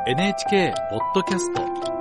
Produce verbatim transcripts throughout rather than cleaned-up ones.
エヌエイチケー ポッドキャスト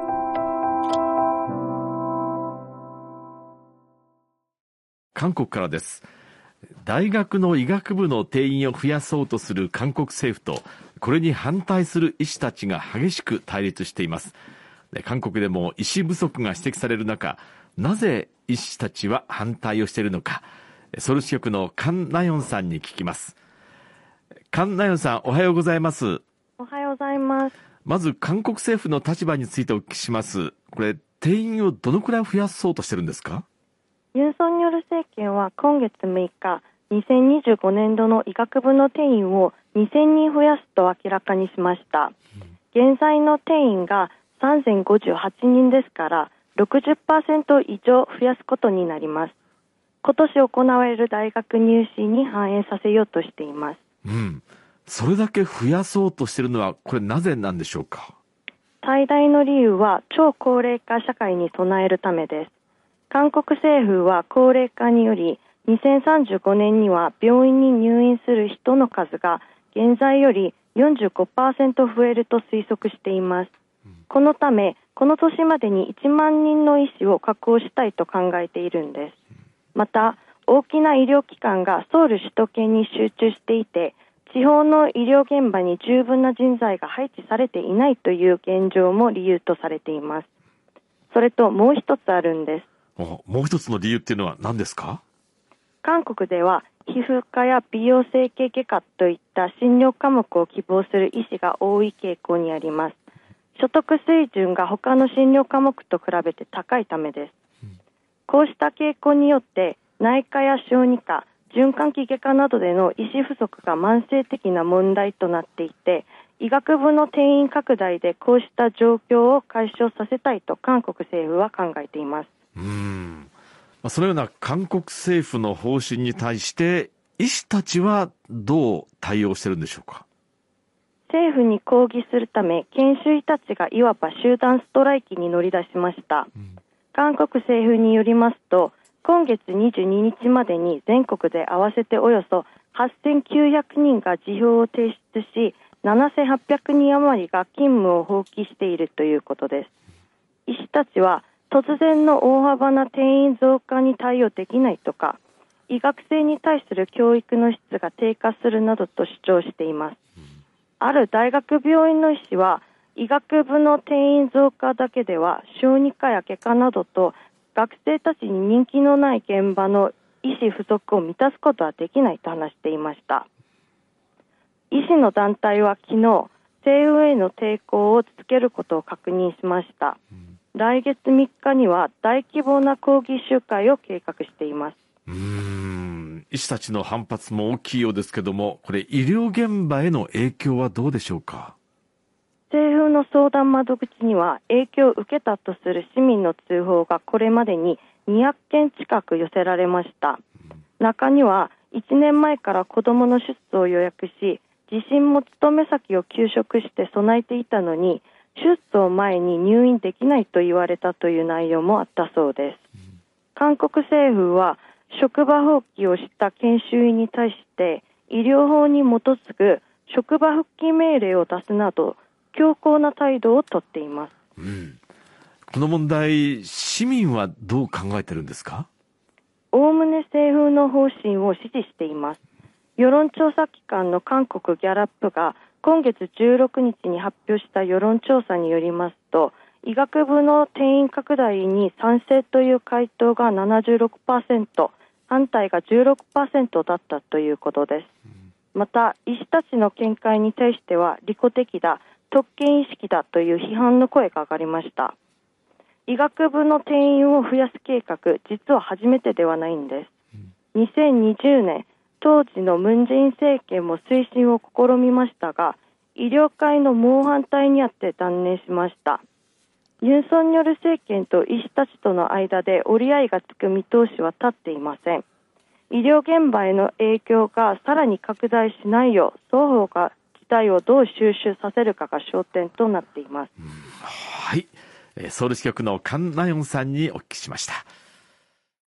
韓国からです。大学の医学部の定員を増やそうとする韓国政府と、これに反対する医師たちが激しく対立しています。韓国でも医師不足が指摘される中、なぜ医師たちは反対をしているのか、ソウル支局のカン・ナヨンさんに聞きます。カン・ナヨンさん、おはようございます。 おはようございます。 まず韓国政府の立場についてお聞きします。これ、定員をどのくらい増やそうとしてるんですか？ ユン・ソンニョル政権は今月むいか、にせんにじゅうごねんどの医学部の定員をにせんにん増やすと明らかにしました。うん、現在の定員がさんぜんごじゅうはちにんですから、ろくじゅっパーセント 以上増やすことになります。今年行われる大学入試に反映させようとしています。 うん。それだけ増やそうとしているのは、これなぜなんでしょうか？ 最大の理由は超高齢化社会に備えるためです。韓国政府は高齢化によりにせんさんじゅうごねんには病院に入院する人の数が現在より よんじゅうごパーセント 増えると推測しています。うん、このためこの年までにいちまんにんの医師を確保したいと考えているんです。また大きな医療機関がソウル首都圏に集中していて、地方の医療現場に十分な人材が配置されていないという現状も理由とされています。それともう一つあるんです。 もう一つの理由っていうのは何ですか？ 韓国では皮膚科や美容整形外科といった診療科目を希望する医師が多い傾向にあります。所得水準が他の診療科目と比べて高いためです。うん、こうした傾向によって内科や小児科、循環器外科などでの医師不足が慢性的な問題となっていて、医学部の定員拡大でこうした状況を解消させたいと韓国政府は考えています。 うーん、そのような韓国政府の方針に対して医師たちはどう対応しているんでしょうか？ 政府に抗議するため研修医たちがいわば集団ストライキに乗り出しました。うん、韓国政府によりますと、今月にじゅうににちまでに全国で合わせておよそはっせんきゅうひゃくにんが辞表を提出し、ななせんはっぴゃくにん余りが勤務を放棄しているということです。医師たちは突然の大幅な定員増加に対応できないとか、医学生に対する教育の質が低下するなどと主張しています。ある大学病院の医師は、医学部の定員増加だけでは小児科や外科などと学生たちに人気のない現場の医師不足を満たすことはできないと話していました。医師の団体は昨日、政府への抵抗を続けることを確認しました。うん、来月みっかには大規模な抗議集会を計画しています。 うーん、医師たちの反発も大きいようですけども、これ医療現場への影響はどうでしょうか？ 政府の相談窓口には影響を受けたとする市民の通報がこれまでににひゃっけん近く寄せられました。中にはいちねんまえから子どもの手術を予約し、自身も勤め先を休職して備えていたのに、手術を前に入院できないと言われたという内容もあったそうです。韓国政府は職場放棄をした研修医に対して医療法に基づく職場復帰命令を出すなど強硬な態度をとっています。 うん、この問題、市民はどう考えてるんですか？ おおむね政府の方針を支持しています。世論調査機関の韓国ギャラップが今月じゅうろくにちに発表した世論調査によりますと、医学部の定員拡大に賛成という回答が ななじゅうろくパーセント、反対が じゅうろくパーセント だったということです。また医師たちの見解に対しては利己的だ、特権意識だという批判の声が上がりました。医学部の定員を増やす計画、実は初めてではないんです。にせんにじゅうねん、当時のムン・ジェイン政権も推進を試みましたが、医療界の猛反対にあって断念しました。ユン・ソンニョル政権と医師たちとの間で折り合いがつく見通しは立っていません。医療現場への影響がさらに拡大しないよう、双方が事態をどう収拾させるかが焦点となっています。 はい、ソウル支局のカン・ナヨンさんにお聞きしました。